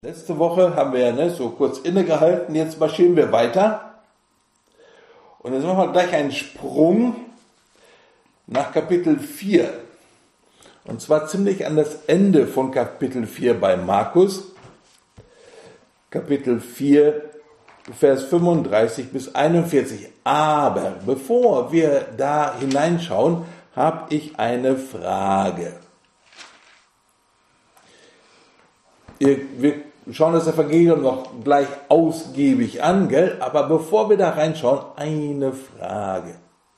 Letzte Woche haben wir ja so kurz innegehalten, jetzt marschieren wir weiter. Und jetzt machen wir gleich einen Sprung nach Kapitel 4. Und zwar ziemlich an das Ende von Kapitel 4 bei Markus. Kapitel 4, Vers 35 bis 41. Aber bevor wir da hineinschauen, habe ich eine Frage. Wir schauen das Evangelium noch gleich ausgiebig an, gell? Aber bevor wir da reinschauen, eine Frage.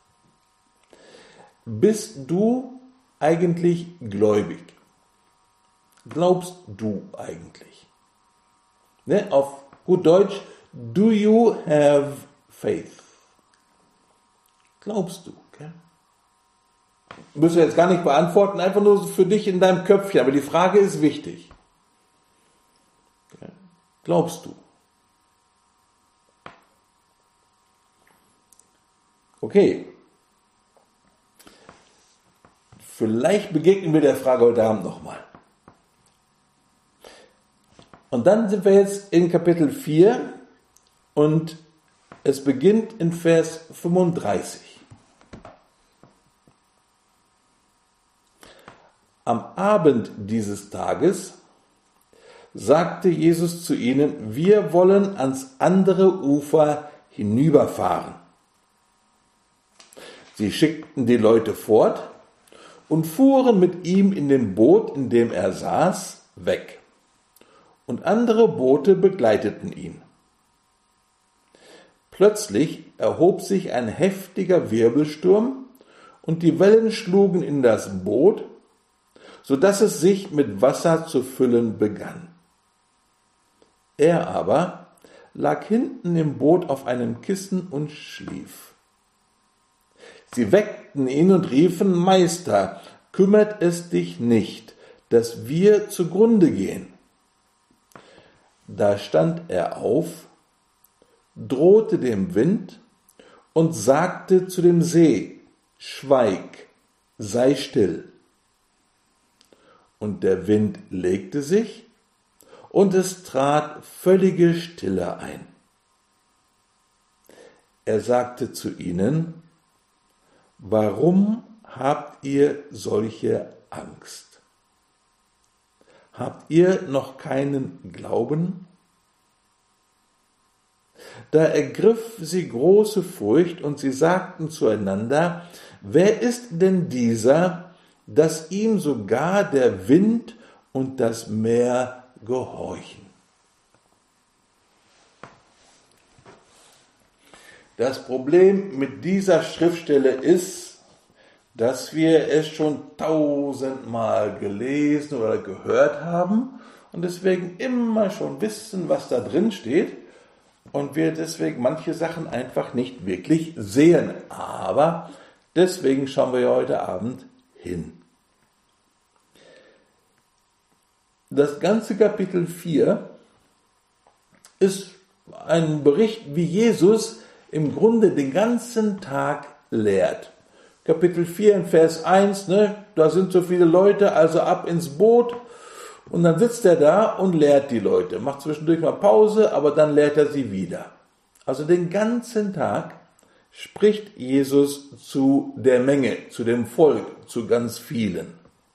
Bist du eigentlich gläubig? Glaubst du eigentlich? Ne? Auf gut Deutsch, do you have faith? Glaubst du? Okay? Müssen wir jetzt gar nicht beantworten, einfach nur für dich in deinem Köpfchen. Aber die Frage ist wichtig. Okay? Glaubst du? Okay. Vielleicht begegnen wir der Frage heute Abend nochmal. Und dann sind wir jetzt in Kapitel 4 und es beginnt in Vers 35. Am Abend dieses Tages sagte Jesus zu ihnen, wir wollen ans andere Ufer hinüberfahren. Sie schickten die Leute fort und fuhren mit ihm in dem Boot, in dem er saß, weg. Und andere Boote begleiteten ihn. Plötzlich erhob sich ein heftiger Wirbelsturm und die Wellen schlugen in das Boot, so dass es sich mit Wasser zu füllen begann. Er aber lag hinten im Boot auf einem Kissen und schlief. Sie weckten ihn und riefen, Meister, kümmert es dich nicht, dass wir zugrunde gehen? Da stand er auf, drohte dem Wind und sagte zu dem See, schweig, sei still. Und der Wind legte sich und es trat völlige Stille ein. Er sagte zu ihnen, warum habt ihr solche Angst? Habt ihr noch keinen Glauben? Da ergriff sie große Furcht und sie sagten zueinander, wer ist denn dieser, dass ihm sogar der Wind und das Meer gehorchen? Das Problem mit dieser Schriftstelle ist, dass wir es schon 1000-mal gelesen oder gehört haben und deswegen immer schon wissen, was da drin steht und wir deswegen manche Sachen einfach nicht wirklich sehen. Aber deswegen schauen wir ja heute Abend hin. Das ganze Kapitel 4 ist ein Bericht, wie Jesus im Grunde den ganzen Tag lehrt. Kapitel 4 in Vers 1, da sind so viele Leute, also ab ins Boot und dann sitzt er da und lehrt die Leute, macht zwischendurch mal Pause, aber dann lehrt er sie wieder. Also den ganzen Tag spricht Jesus zu der Menge, zu dem Volk, zu ganz vielen.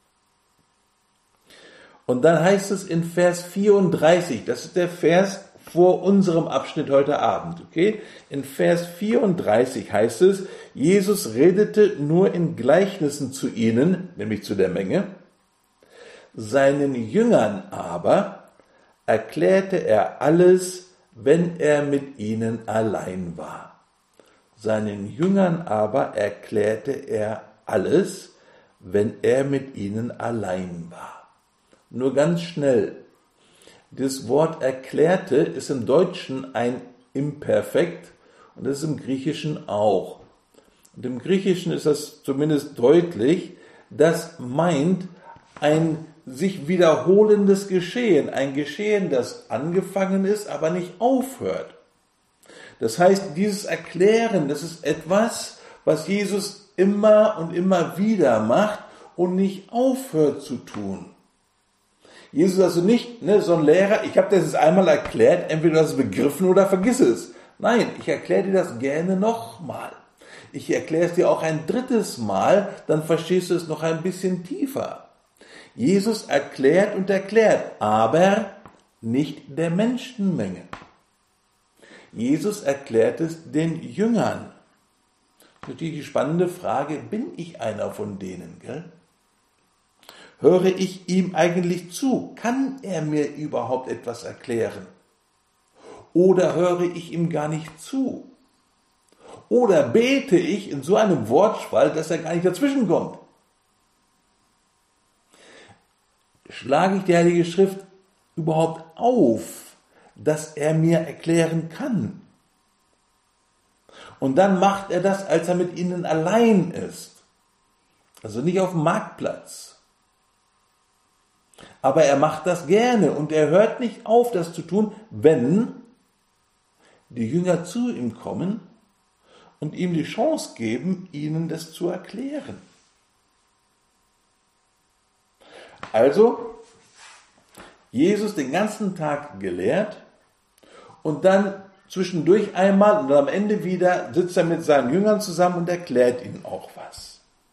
Und dann heißt es in Vers 34, das ist der Vers vor unserem Abschnitt heute Abend, okay? In Vers 34 heißt es, Jesus redete nur in Gleichnissen zu ihnen, nämlich zu der Menge. Seinen Jüngern aber erklärte er alles, wenn er mit ihnen allein war. Seinen Jüngern aber erklärte er alles, wenn er mit ihnen allein war. Nur ganz schnell. Das Wort erklärte ist im Deutschen ein Imperfekt und das ist im Griechischen auch. Und im Griechischen ist das zumindest deutlich, das meint ein sich wiederholendes Geschehen, ein Geschehen, das angefangen ist, aber nicht aufhört. Das heißt, dieses Erklären, das ist etwas, was Jesus immer und immer wieder macht und nicht aufhört zu tun. Jesus also nicht, so ein Lehrer, ich habe das jetzt einmal erklärt, entweder du hast es begriffen oder vergiss es. Nein, ich erkläre dir das gerne nochmal. Ich erkläre es dir auch ein drittes Mal, dann verstehst du es noch ein bisschen tiefer. Jesus erklärt und erklärt, aber nicht der Menschenmenge. Jesus erklärt es den Jüngern. Natürlich die spannende Frage, bin ich einer von denen, gell? Höre ich ihm eigentlich zu? Kann er mir überhaupt etwas erklären? Oder höre ich ihm gar nicht zu? Oder bete ich in so einem Wortschwall, dass er gar nicht dazwischen kommt? Schlage ich die Heilige Schrift überhaupt auf, dass er mir erklären kann? Und dann macht er das, als er mit ihnen allein ist. Also nicht auf dem Marktplatz. Aber er macht das gerne und er hört nicht auf, das zu tun, wenn die Jünger zu ihm kommen und ihm die Chance geben, ihnen das zu erklären. Also, Jesus den ganzen Tag gelehrt und dann zwischendurch einmal und am Ende wieder sitzt er mit seinen Jüngern zusammen und erklärt ihnen auch was.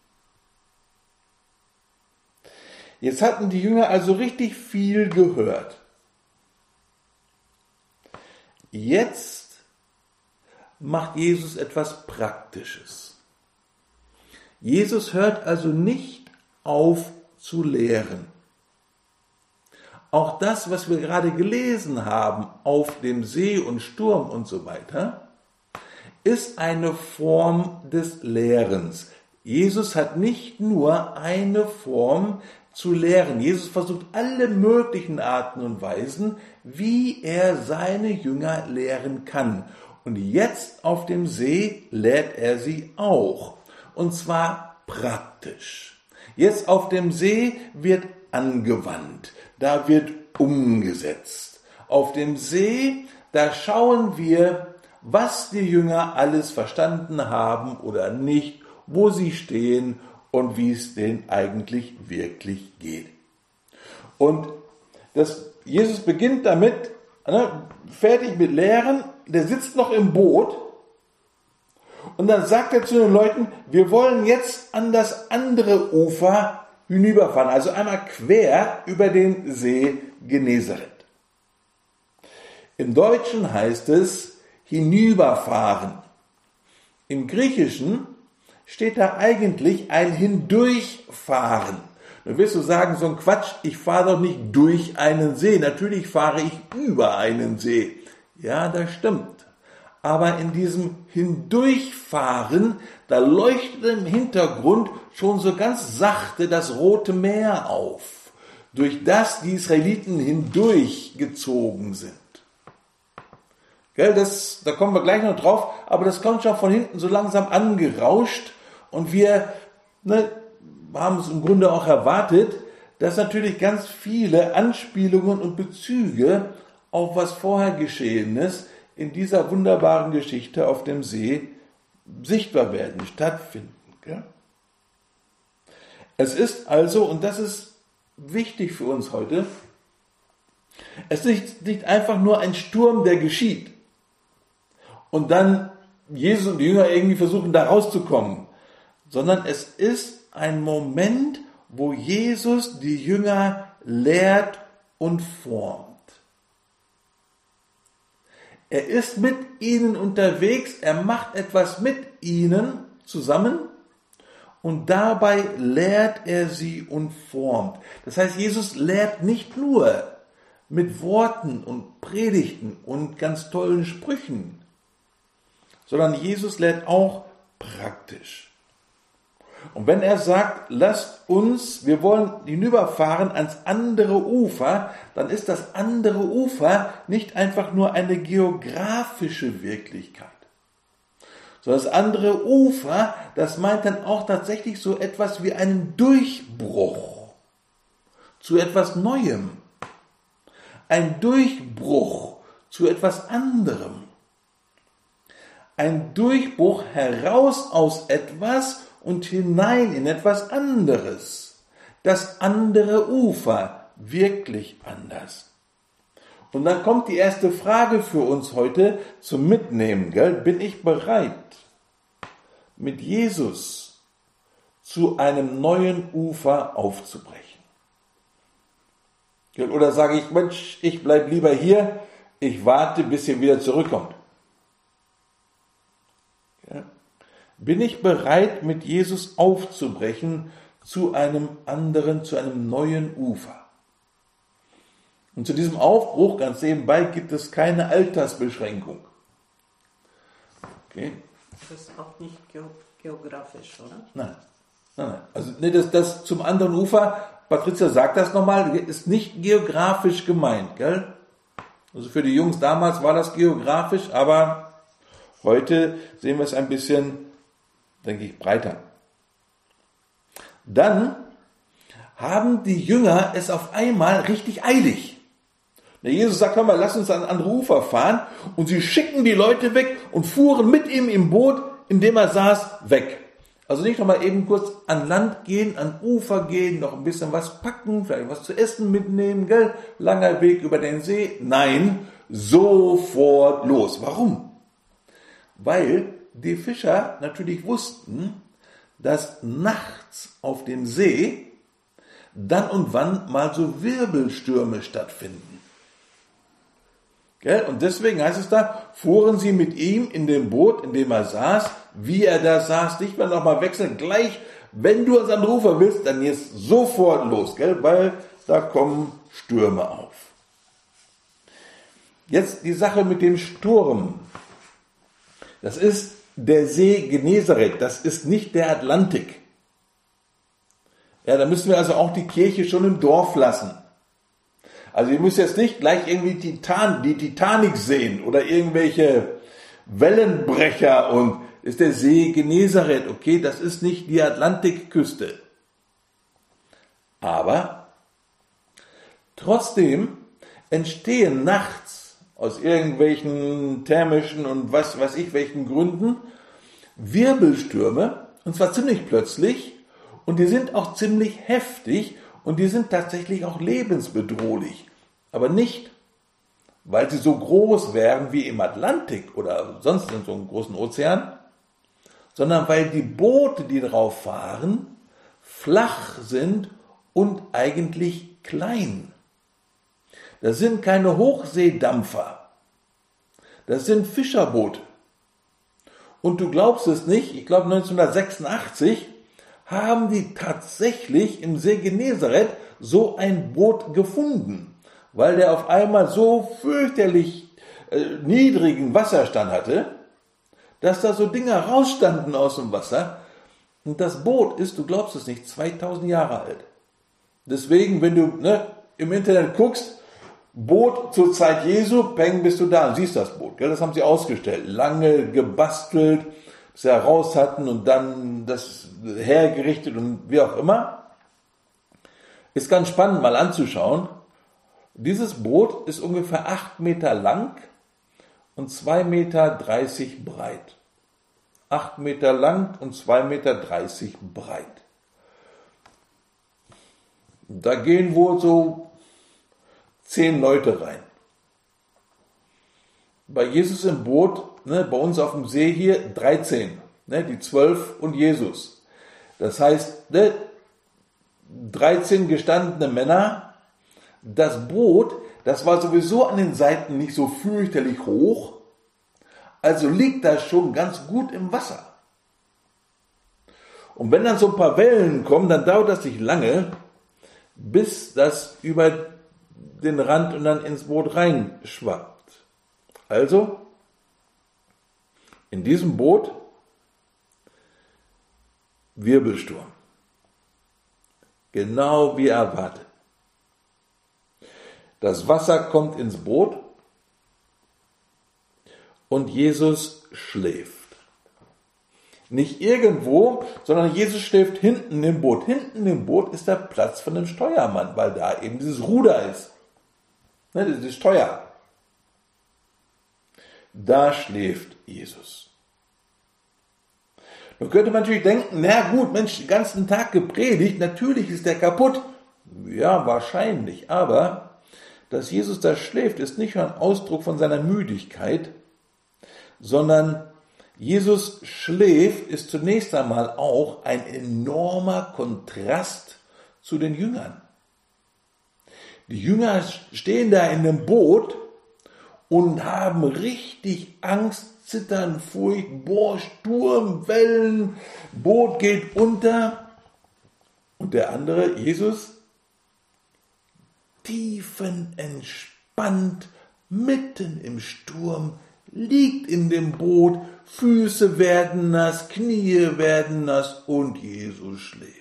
Jetzt hatten die Jünger also richtig viel gehört. Jetzt macht Jesus etwas Praktisches. Jesus hört also nicht auf zu lehren. Auch das, was wir gerade gelesen haben, auf dem See und Sturm und so weiter, ist eine Form des Lehrens. Jesus hat nicht nur eine Form zu lehren. Jesus versucht alle möglichen Arten und Weisen, wie er seine Jünger lehren kann. Und jetzt auf dem See lehrt er sie auch. Und zwar praktisch. Jetzt auf dem See wird angewandt. Da wird umgesetzt. Auf dem See, da schauen wir, was die Jünger alles verstanden haben oder nicht, wo sie stehen und wie es denen eigentlich wirklich geht. Und Jesus beginnt damit, fertig mit Lehren, der sitzt noch im Boot und dann sagt er zu den Leuten, wir wollen jetzt an das andere Ufer hinüberfahren, also einmal quer über den See Genezareth. Im Deutschen heißt es hinüberfahren. Im Griechischen steht da eigentlich ein Hindurchfahren. Dann wirst du sagen, so ein Quatsch, ich fahre doch nicht durch einen See, natürlich fahre ich über einen See. Ja, das stimmt. Aber in diesem Hindurchfahren, da leuchtet im Hintergrund schon so ganz sachte das Rote Meer auf, durch das die Israeliten hindurchgezogen sind. Gell, da kommen wir gleich noch drauf, aber das kommt schon von hinten so langsam angerauscht und wir haben es im Grunde auch erwartet, dass natürlich ganz viele Anspielungen und Bezüge auf was vorher Geschehenes in dieser wunderbaren Geschichte auf dem See sichtbar werden, stattfinden. Gell? Es ist also, und das ist wichtig für uns heute, es ist nicht einfach nur ein Sturm, der geschieht und dann Jesus und die Jünger irgendwie versuchen, da rauszukommen, sondern es ist ein Moment, wo Jesus die Jünger lehrt und formt. Er ist mit ihnen unterwegs, er macht etwas mit ihnen zusammen und dabei lehrt er sie und formt. Das heißt, Jesus lehrt nicht nur mit Worten und Predigten und ganz tollen Sprüchen, sondern Jesus lehrt auch praktisch. Und wenn er sagt, lasst uns, wir wollen hinüberfahren ans andere Ufer, dann ist das andere Ufer nicht einfach nur eine geografische Wirklichkeit, sondern das andere Ufer, das meint dann auch tatsächlich so etwas wie einen Durchbruch zu etwas Neuem, ein Durchbruch zu etwas anderem, ein Durchbruch heraus aus etwas und hinein in etwas anderes. Das andere Ufer, wirklich anders? Und dann kommt die erste Frage für uns heute zum Mitnehmen, gell? Bin ich bereit, mit Jesus zu einem neuen Ufer aufzubrechen? Gell? Oder sage ich, Mensch, ich bleibe lieber hier, ich warte, bis ihr wieder zurückkommt. Gell? Bin ich bereit, mit Jesus aufzubrechen zu einem anderen, zu einem neuen Ufer? Und zu diesem Aufbruch, ganz nebenbei, gibt es keine Altersbeschränkung. Okay? Das ist auch nicht geografisch, oder? Nein. Also das zum anderen Ufer, Patricia sagt das nochmal, ist nicht geografisch gemeint, gell? Also für die Jungs damals war das geografisch, aber heute sehen wir es ein bisschen, denke ich, breiter. Dann haben die Jünger es auf einmal richtig eilig. Der Jesus sagt, hör mal, lass uns an andere Ufer fahren. Und sie schicken die Leute weg und fuhren mit ihm im Boot, in dem er saß, weg. Also nicht nochmal eben kurz an Land gehen, an Ufer gehen, noch ein bisschen was packen, vielleicht was zu essen mitnehmen, gell? Langer Weg über den See. Nein, sofort los. Warum? Weil die Fischer natürlich wussten, dass nachts auf dem See dann und wann mal so Wirbelstürme stattfinden. Und deswegen heißt es da, fuhren sie mit ihm in dem Boot, in dem er saß, wie er da saß, nicht mehr nochmal wechseln, gleich, wenn du ans andere Ufer willst, dann jetzt sofort los, weil da kommen Stürme auf. Jetzt die Sache mit dem Sturm. Das ist der See Genezareth, das ist nicht der Atlantik. Ja, da müssen wir also auch die Kirche schon im Dorf lassen. Also ihr müsst jetzt nicht gleich irgendwie die Titanic sehen oder irgendwelche Wellenbrecher und ist der See Genezareth, okay, das ist nicht die Atlantikküste. Aber trotzdem entstehen nachts aus irgendwelchen thermischen und was weiß ich welchen Gründen Wirbelstürme, und zwar ziemlich plötzlich, und die sind auch ziemlich heftig und die sind tatsächlich auch lebensbedrohlich. Aber nicht, weil sie so groß wären wie im Atlantik oder sonst in so einem großen Ozean, sondern weil die Boote, die drauf fahren, flach sind und eigentlich klein. Das sind keine Hochseedampfer, das sind Fischerboote. Und du glaubst es nicht, ich glaube 1986 haben die tatsächlich im See Genezareth so ein Boot gefunden, weil der auf einmal so fürchterlich niedrigen Wasserstand hatte, dass da so Dinger rausstanden aus dem Wasser. Und das Boot ist, du glaubst es nicht, 2000 Jahre alt. Deswegen, wenn du im Internet guckst, Boot zur Zeit Jesu, peng, bist du da und siehst das Boot. Gell? Das haben sie ausgestellt, lange gebastelt, bis sie heraus hatten und dann das hergerichtet und wie auch immer. Ist ganz spannend mal anzuschauen. Dieses Boot ist ungefähr 8 Meter lang und 2,30 Meter breit. 8 Meter lang und 2,30 Meter breit. Da gehen wohl so 10 Leute rein. Bei Jesus im Boot, bei uns auf dem See hier 13, die 12 und Jesus. Das heißt, 13 gestandene Männer. Das Boot, das war sowieso an den Seiten nicht so fürchterlich hoch, also liegt das schon ganz gut im Wasser. Und wenn dann so ein paar Wellen kommen, dann dauert das nicht lange, bis das über den Rand und dann ins Boot reinschwappt. Also, in diesem Boot Wirbelsturm. Genau wie erwartet. Das Wasser kommt ins Boot und Jesus schläft. Nicht irgendwo, sondern Jesus schläft hinten im Boot. Hinten im Boot ist der Platz von dem Steuermann, weil da eben dieses Ruder ist. Dieses Steuer. Da schläft Jesus. Nun könnte man natürlich denken, na gut, Mensch, den ganzen Tag gepredigt, natürlich ist der kaputt. Ja, wahrscheinlich. Aber dass Jesus da schläft, ist nicht nur ein Ausdruck von seiner Müdigkeit, sondern Jesus schläft ist zunächst einmal auch ein enormer Kontrast zu den Jüngern. Die Jünger stehen da in einem Boot und haben richtig Angst, Zittern, Furcht, Sturm, Wellen, Boot geht unter. Und der andere, Jesus, tiefenentspannt, mitten im Sturm, liegt in dem Boot, Füße werden nass, Knie werden nass und Jesus schläft.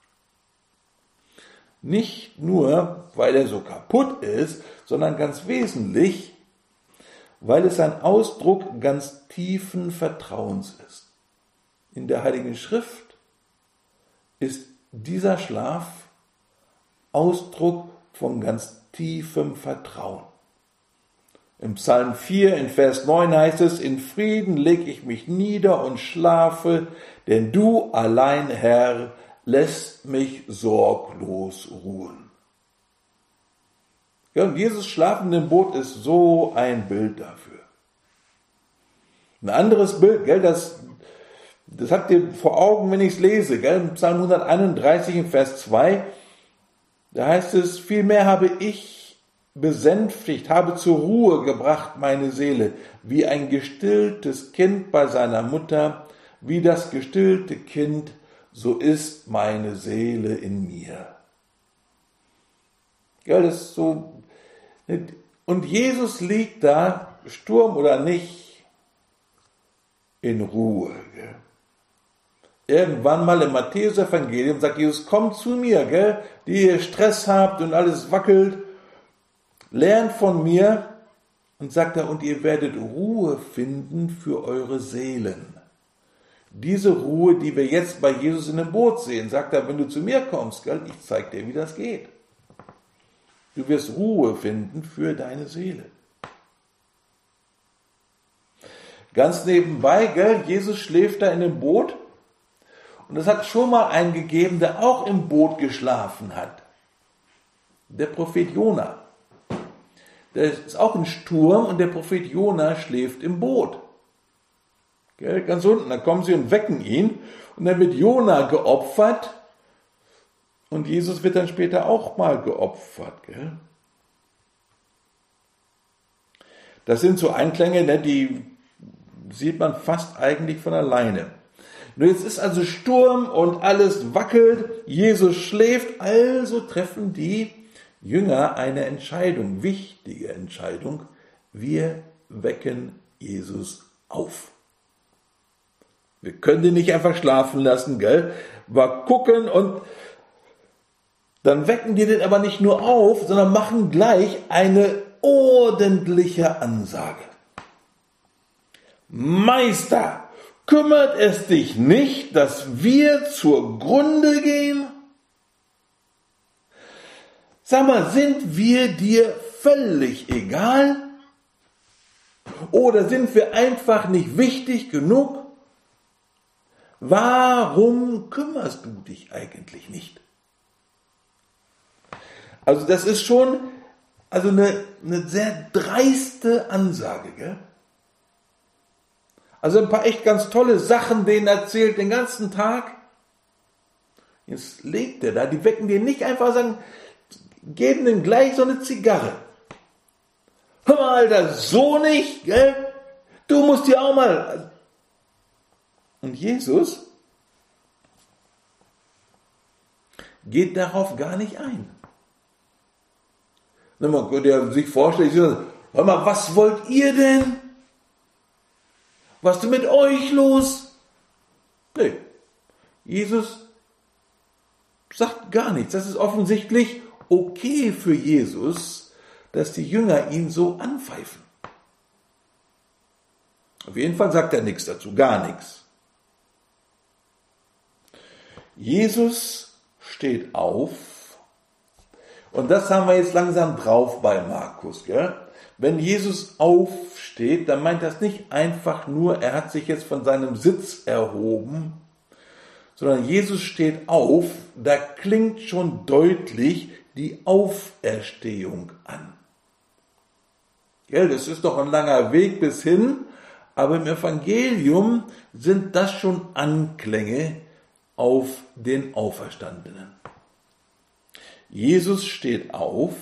Nicht nur, weil er so kaputt ist, sondern ganz wesentlich, weil es ein Ausdruck ganz tiefen Vertrauens ist. In der Heiligen Schrift ist dieser Schlaf Ausdruck von ganz tiefem Vertrauen. Im Psalm 4 in Vers 9 heißt es, in Frieden leg ich mich nieder und schlafe, denn du allein, Herr, lässt mich sorglos ruhen. Ja, und Jesus schlafend im Boot ist so ein Bild dafür. Ein anderes Bild, gell, das habt ihr vor Augen, wenn ich es lese, gell, im Psalm 131 in Vers 2, da heißt es, vielmehr habe ich besänftigt, habe zur Ruhe gebracht meine Seele, wie ein gestilltes Kind bei seiner Mutter, wie das gestillte Kind, so ist meine Seele in mir. Ja, das ist so. Und Jesus liegt da, Sturm oder nicht, in Ruhe. Gell? Irgendwann mal im Matthäus-Evangelium sagt Jesus, kommt zu mir, gell, die ihr Stress habt und alles wackelt, lernt von mir, und sagt er, und ihr werdet Ruhe finden für eure Seelen. Diese Ruhe, die wir jetzt bei Jesus in dem Boot sehen, sagt er, wenn du zu mir kommst, gell, ich zeig dir, wie das geht. Du wirst Ruhe finden für deine Seele. Ganz nebenbei, gell, Jesus schläft da in dem Boot, und es hat schon mal einen gegeben, der auch im Boot geschlafen hat. Der Prophet Jona. Der ist auch ein Sturm und der Prophet Jona schläft im Boot. Gell, ganz unten, dann kommen sie und wecken ihn und dann wird Jona geopfert und Jesus wird dann später auch mal geopfert. Gell? Das sind so Einklänge, ne, die sieht man fast eigentlich von alleine. Nur jetzt ist also Sturm und alles wackelt, Jesus schläft, also treffen die Jünger eine Entscheidung, wichtige Entscheidung. Wir wecken Jesus auf. Wir können den nicht einfach schlafen lassen, gell? Wir gucken und dann wecken die den aber nicht nur auf, sondern machen gleich eine ordentliche Ansage. Meister, kümmert es dich nicht, dass wir zugrunde gehen? Sag mal, sind wir dir völlig egal? Oder sind wir einfach nicht wichtig genug? Warum kümmerst du dich eigentlich nicht? Also das ist schon eine sehr dreiste Ansage, gell? Also ein paar echt ganz tolle Sachen denen erzählt den ganzen Tag. Jetzt legt er da, die wecken dir nicht einfach, sagen, geben denen gleich so eine Zigarre. Hör mal, Alter, so nicht, gell? Du musst dir auch mal. Und Jesus geht darauf gar nicht ein. Man könnte ja sich vorstellen, hör mal, was wollt ihr denn? Was ist denn mit euch los? Nee, Jesus sagt gar nichts. Das ist offensichtlich okay für Jesus, dass die Jünger ihn so anpfeifen. Auf jeden Fall sagt er nichts dazu, gar nichts. Jesus steht auf, und das haben wir jetzt langsam drauf bei Markus, gell? Wenn Jesus aufsteht, dann meint das nicht einfach nur, er hat sich jetzt von seinem Sitz erhoben, sondern Jesus steht auf, da klingt schon deutlich die Auferstehung an. Gell, das ist doch ein langer Weg bis hin, aber im Evangelium sind das schon Anklänge auf den Auferstandenen. Jesus steht auf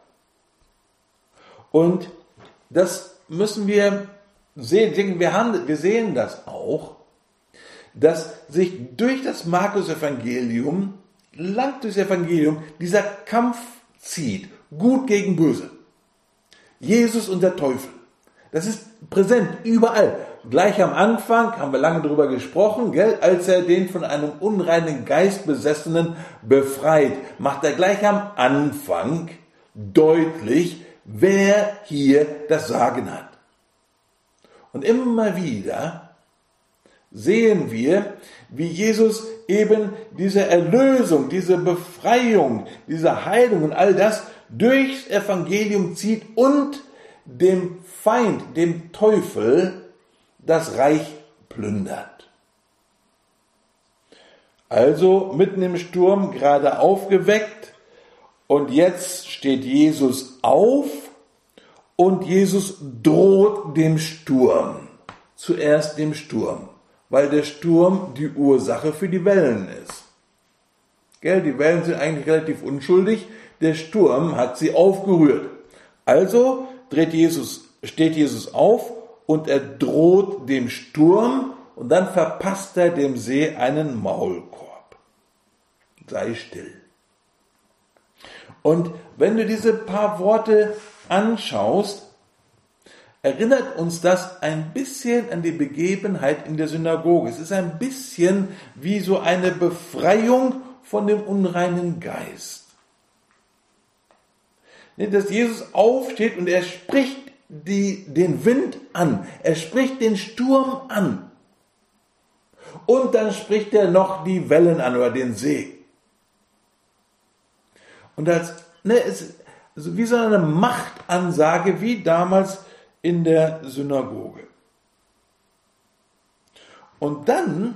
und das müssen wir sehen. Wir sehen das auch, dass sich durch das Markus-Evangelium, lang durchs Evangelium, dieser Kampf zieht. Gut gegen Böse. Jesus und der Teufel. Das ist präsent, überall. Gleich am Anfang, haben wir lange darüber gesprochen, gell, als er den von einem unreinen Geist Besessenen befreit, macht er gleich am Anfang deutlich, wer hier das Sagen hat. Und immer wieder sehen wir, wie Jesus eben diese Erlösung, diese Befreiung, diese Heilung und all das durchs Evangelium zieht und dem Feind, dem Teufel, das Reich plündert. Also mitten im Sturm gerade aufgeweckt und jetzt steht Jesus auf und Jesus droht dem Sturm. Zuerst dem Sturm, weil der Sturm die Ursache für die Wellen ist. Gell, die Wellen sind eigentlich relativ unschuldig, der Sturm hat sie aufgerührt. Also steht Jesus auf und er droht dem Sturm und dann verpasst er dem See einen Maulkorb. Sei still. Und wenn du diese paar Worte anschaust, erinnert uns das ein bisschen an die Begebenheit in der Synagoge. Es ist ein bisschen wie so eine Befreiung von dem unreinen Geist. Dass Jesus aufsteht und er spricht den Wind an, er spricht den Sturm an und dann spricht er noch die Wellen an oder den See. Und es ist wie so eine Machtansage wie damals in der Synagoge. Und dann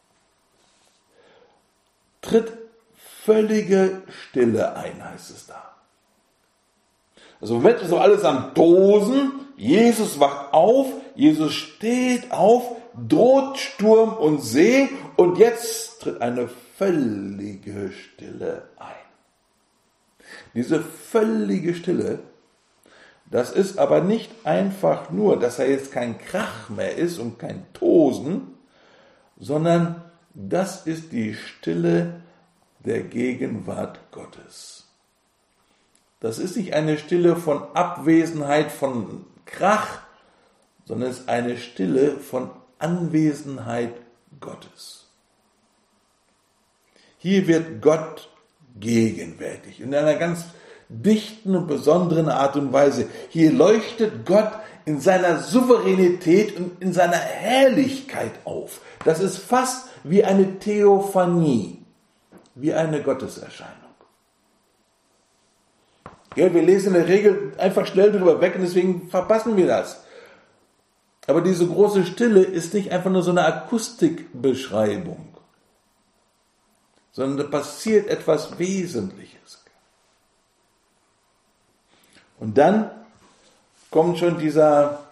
tritt völlige Stille ein, heißt es da. Also im Moment ist doch alles am Tosen, Jesus wacht auf, Jesus steht auf, droht Sturm und See und jetzt tritt eine völlige Stille ein. Diese völlige Stille, das ist aber nicht einfach nur, dass er jetzt kein Krach mehr ist und kein Tosen, sondern das ist die Stille der Gegenwart Gottes. Das ist nicht eine Stille von Abwesenheit, von Krach, sondern es ist eine Stille von Anwesenheit Gottes. Hier wird Gott gegenwärtig, in einer ganz dichten und besonderen Art und Weise. Hier leuchtet Gott in seiner Souveränität und in seiner Herrlichkeit auf. Das ist fast wie eine Theophanie, wie eine Gotteserscheinung. Ja, wir lesen in der Regel einfach schnell drüber weg und deswegen verpassen wir das. Aber diese große Stille ist nicht einfach nur so eine Akustikbeschreibung, sondern da passiert etwas Wesentliches. Und dann kommt schon dieser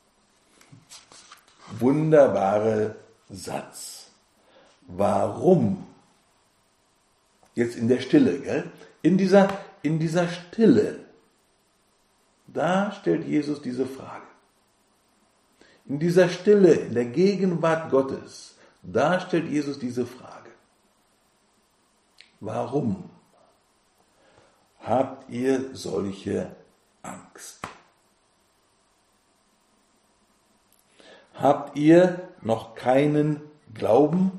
wunderbare Satz. Warum? Jetzt in der Stille, gell? In dieser Stille, da stellt Jesus diese Frage. In dieser Stille, in der Gegenwart Gottes, da stellt Jesus diese Frage. Warum habt ihr solche Angst? Habt ihr noch keinen Glauben?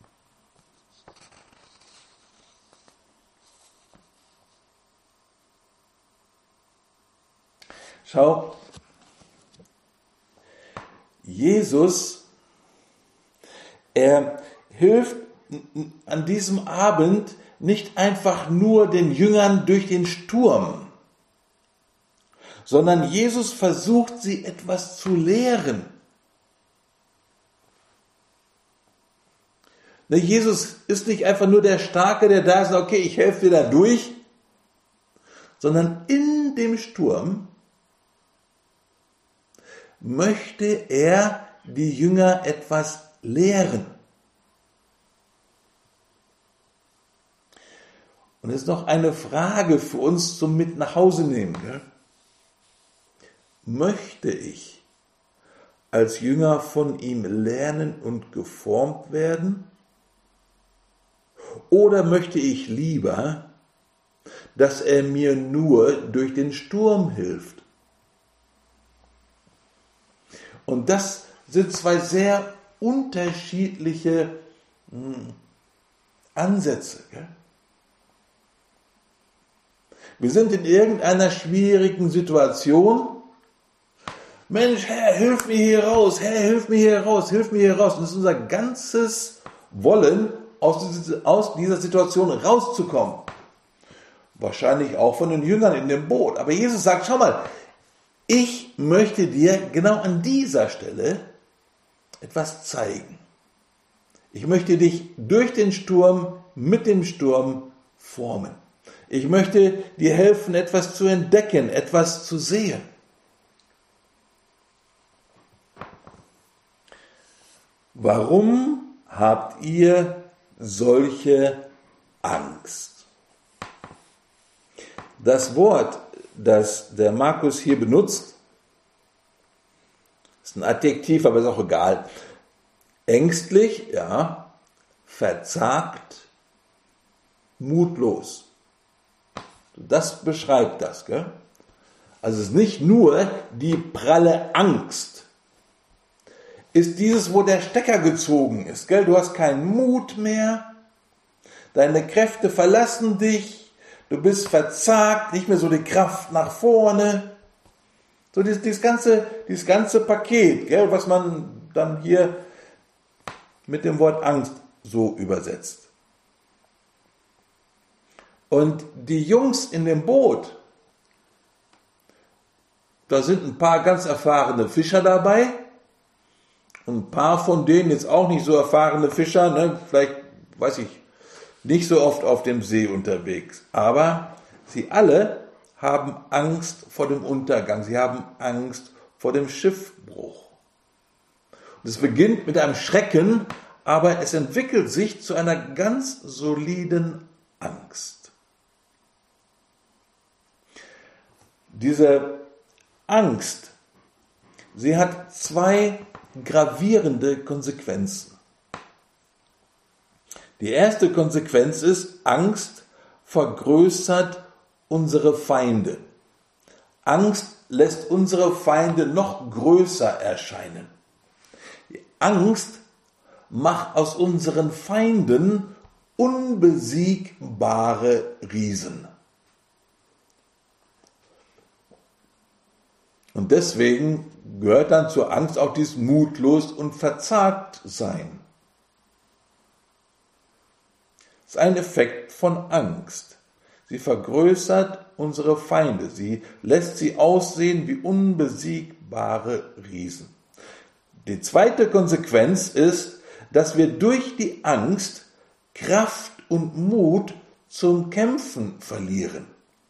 Schau, Jesus, er hilft an diesem Abend nicht einfach nur den Jüngern durch den Sturm, sondern Jesus versucht, sie etwas zu lehren. Jesus ist nicht einfach nur der Starke, der da ist, okay, ich helfe dir da durch, sondern in dem Sturm möchte er die Jünger etwas lehren. Und es ist noch eine Frage für uns zum Mit nach Hause nehmen. Gell? Möchte ich als Jünger von ihm lernen und geformt werden? Oder möchte ich lieber, dass er mir nur durch den Sturm hilft? Und das sind zwei sehr unterschiedliche Ansätze. Gell? Wir sind in irgendeiner schwierigen Situation. Mensch, Herr, hilf mir hier raus. Herr, hilf mir hier raus. Hilf mir hier raus. Und das ist unser ganzes Wollen, aus dieser Situation rauszukommen. Wahrscheinlich auch von den Jüngern in dem Boot. Aber Jesus sagt, schau mal, ich möchte dir genau an dieser Stelle etwas zeigen. Ich möchte dich durch den Sturm, mit dem Sturm formen. Ich möchte dir helfen, etwas zu entdecken, etwas zu sehen. Warum habt ihr solche Angst? Das Wort, das der Markus hier benutzt, ist ein Adjektiv, aber ist auch egal. Ängstlich, ja, verzagt, mutlos. Das beschreibt das, gell? Also es ist nicht nur die pralle Angst. Ist dieses, wo der Stecker gezogen ist, gell? Du hast keinen Mut mehr, deine Kräfte verlassen dich, du bist verzagt, nicht mehr so die Kraft nach vorne. So dieses ganze Paket, gell? Was man dann hier mit dem Wort Angst so übersetzt. Und die Jungs in dem Boot, da sind ein paar ganz erfahrene Fischer dabei und ein paar von denen jetzt auch nicht so erfahrene Fischer, ne? Vielleicht, weiß ich, nicht so oft auf dem See unterwegs. Aber sie alle haben Angst vor dem Untergang, sie haben Angst vor dem Schiffbruch. Und es beginnt mit einem Schrecken, aber es entwickelt sich zu einer ganz soliden Angst. Diese Angst, sie hat zwei gravierende Konsequenzen. Die erste Konsequenz ist, Angst vergrößert unsere Feinde. Angst lässt unsere Feinde noch größer erscheinen. Die Angst macht aus unseren Feinden unbesiegbare Riesen. Und deswegen gehört dann zur Angst auch dieses mutlos und verzagt sein. Das ist ein Effekt von Angst. Sie vergrößert unsere Feinde. Sie lässt sie aussehen wie unbesiegbare Riesen. Die zweite Konsequenz ist, dass wir durch die Angst Kraft und Mut zum Kämpfen verlieren.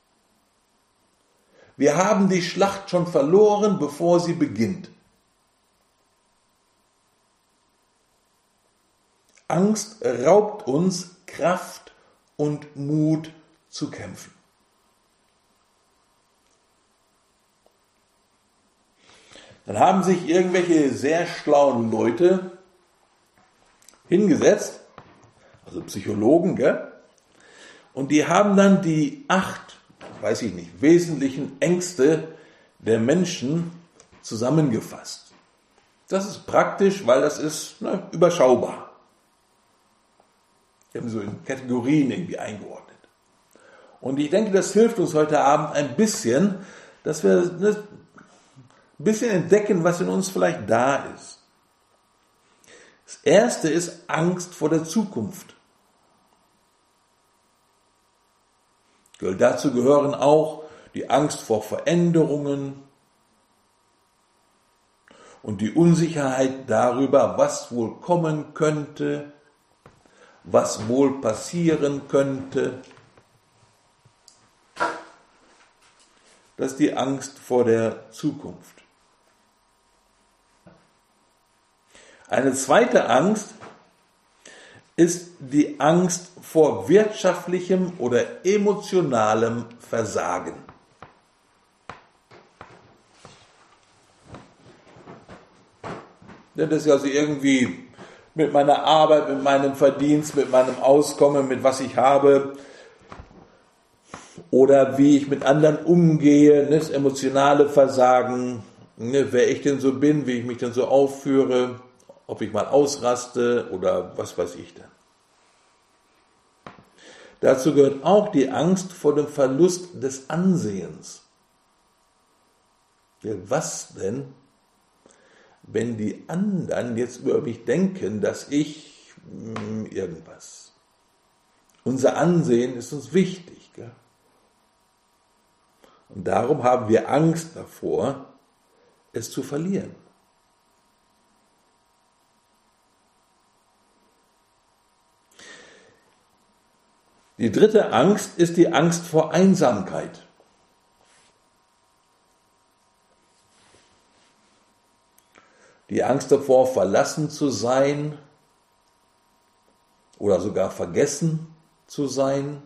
Wir haben die Schlacht schon verloren, bevor sie beginnt. Angst raubt uns Kraft und Mut zu kämpfen. Dann haben sich irgendwelche sehr schlauen Leute hingesetzt, also Psychologen, gell? Und die haben dann die 8, weiß ich nicht, wesentlichen Ängste der Menschen zusammengefasst. Das ist praktisch, weil das ist überschaubar. Die haben so in Kategorien irgendwie eingeordnet. Und ich denke, das hilft uns heute Abend ein bisschen, dass wir ein bisschen entdecken, was in uns vielleicht da ist. Das erste ist Angst vor der Zukunft. Dazu gehören auch die Angst vor Veränderungen und die Unsicherheit darüber, was wohl kommen könnte. was wohl passieren könnte. Das ist die Angst vor der Zukunft. Eine zweite Angst ist die Angst vor wirtschaftlichem oder emotionalem Versagen. Das ist also irgendwie mit meiner Arbeit, mit meinem Verdienst, mit meinem Auskommen, mit was ich habe oder wie ich mit anderen umgehe, das emotionale Versagen, wer ich denn so bin, wie ich mich denn so aufführe, ob ich mal ausraste oder was weiß ich denn. Dazu gehört auch die Angst vor dem Verlust des Ansehens. Ja, was denn, wenn die anderen jetzt über mich denken, dass ich irgendwas. Unser Ansehen ist uns wichtig. Gell? Und darum haben wir Angst davor, es zu verlieren. Die dritte Angst ist die Angst vor Einsamkeit. Die Angst davor, verlassen zu sein oder sogar vergessen zu sein.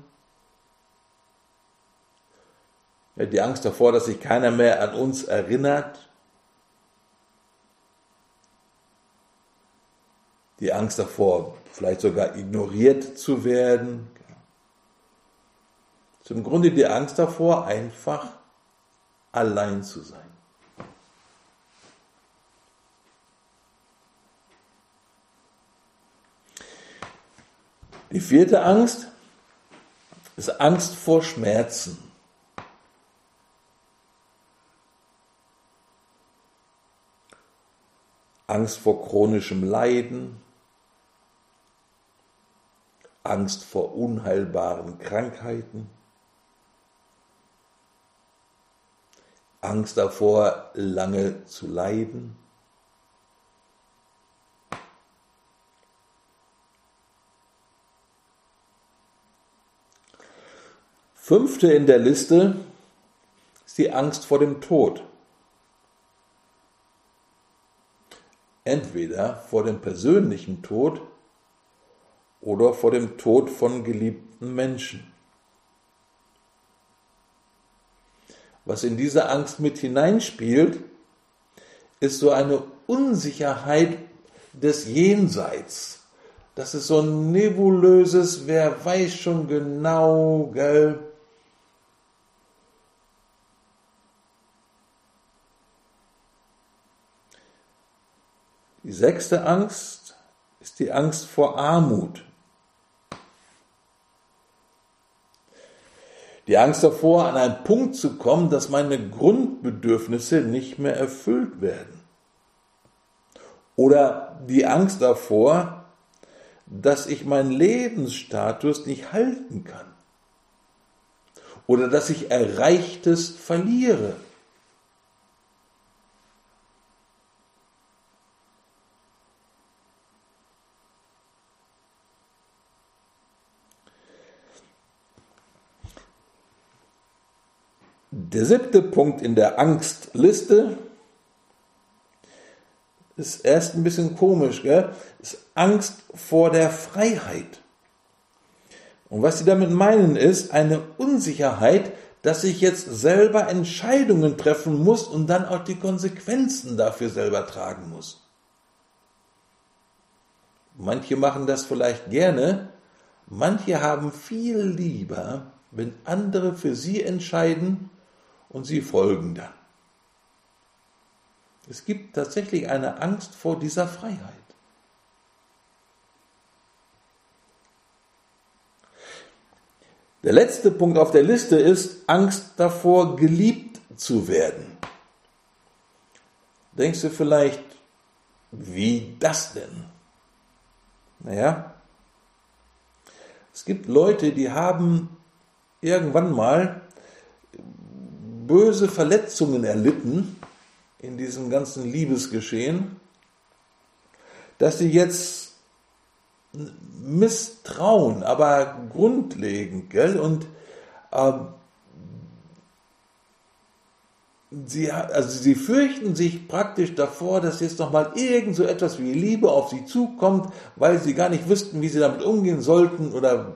Die Angst davor, dass sich keiner mehr an uns erinnert. Die Angst davor, vielleicht sogar ignoriert zu werden. Das ist im Grunde die Angst davor, einfach allein zu sein. Die vierte Angst ist Angst vor Schmerzen. Angst vor chronischem Leiden, Angst vor unheilbaren Krankheiten, Angst davor, lange zu leiden. Fünfte in der Liste ist die Angst vor dem Tod. Entweder vor dem persönlichen Tod oder vor dem Tod von geliebten Menschen. Was in diese Angst mit hineinspielt, ist so eine Unsicherheit des Jenseits. Das ist so ein nebulöses, wer weiß schon genau, gell? Die sechste Angst ist die Angst vor Armut. Die Angst davor, an einen Punkt zu kommen, dass meine Grundbedürfnisse nicht mehr erfüllt werden. Oder die Angst davor, dass ich meinen Lebensstatus nicht halten kann. Oder dass ich Erreichtes verliere. Der siebte Punkt in der Angstliste ist erst ein bisschen komisch, gell? Ist Angst vor der Freiheit. Und was sie damit meinen, ist eine Unsicherheit, dass ich jetzt selber Entscheidungen treffen muss und dann auch die Konsequenzen dafür selber tragen muss. Manche machen das vielleicht gerne, manche haben viel lieber, wenn andere für sie entscheiden und sie folgen dann. Es gibt tatsächlich eine Angst vor dieser Freiheit. Der letzte Punkt auf der Liste ist Angst davor, geliebt zu werden. Denkst du vielleicht, wie das denn? Naja, es gibt Leute, die haben irgendwann mal böse Verletzungen erlitten in diesem ganzen Liebesgeschehen, dass sie jetzt Misstrauen, aber grundlegend, gell? Und sie fürchten sich praktisch davor, dass jetzt nochmal irgend so etwas wie Liebe auf sie zukommt, weil sie gar nicht wüssten, wie sie damit umgehen sollten oder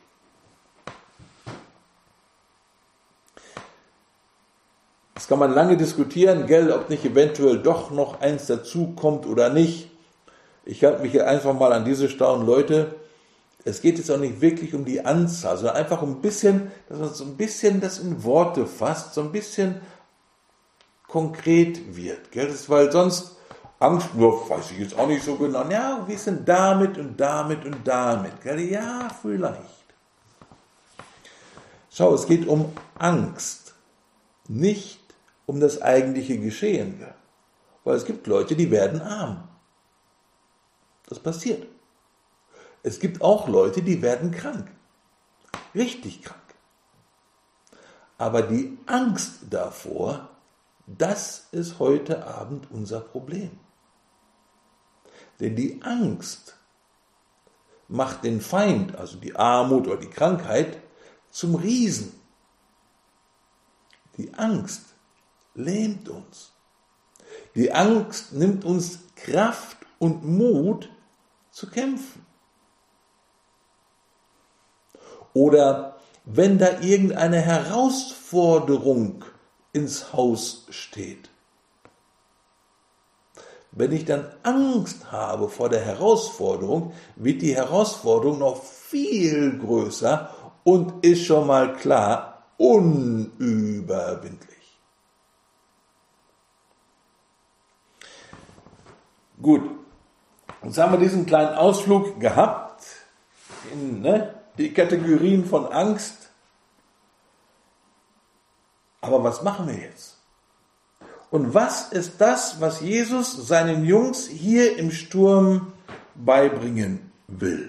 das kann man lange diskutieren, gell, ob nicht eventuell doch noch eins dazukommt oder nicht. Ich halte mich hier einfach mal an diese Staunen, Leute. Es geht jetzt auch nicht wirklich um die Anzahl, sondern einfach um ein bisschen, dass man so ein bisschen das in Worte fasst, so ein bisschen konkret wird. Gell? Das ist, weil sonst Angst, nur weiß ich jetzt auch nicht so genau. Ja, wie ist denn damit und damit und damit? Gell? Ja, vielleicht. Schau, es geht um Angst, nicht um das eigentliche Geschehen. Gell? Weil es gibt Leute, die werden arm. Das passiert. Es gibt auch Leute, die werden krank. Richtig krank. Aber die Angst davor, das ist heute Abend unser Problem. Denn die Angst macht den Feind, also die Armut oder die Krankheit, zum Riesen. Die Angst lähmt uns. Die Angst nimmt uns Kraft und Mut zu kämpfen. Oder wenn da irgendeine Herausforderung ins Haus steht. Wenn ich dann Angst habe vor der Herausforderung, wird die Herausforderung noch viel größer und ist schon mal klar unüberwindlich. Gut, jetzt haben wir diesen kleinen Ausflug gehabt in die Kategorien von Angst. Aber was machen wir jetzt? Und was ist das, was Jesus seinen Jungs hier im Sturm beibringen will?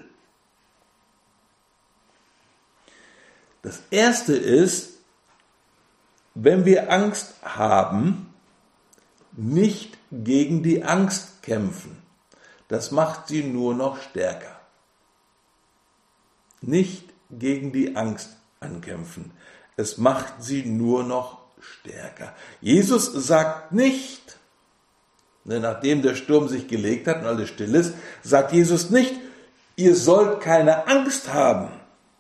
Das Erste ist, wenn wir Angst haben, nicht gegen die Angst kämpfen. Das macht sie nur noch stärker. Nicht gegen die Angst ankämpfen. Es macht sie nur noch stärker. Jesus sagt nicht, nachdem der Sturm sich gelegt hat und alles still ist, sagt Jesus nicht, ihr sollt keine Angst haben.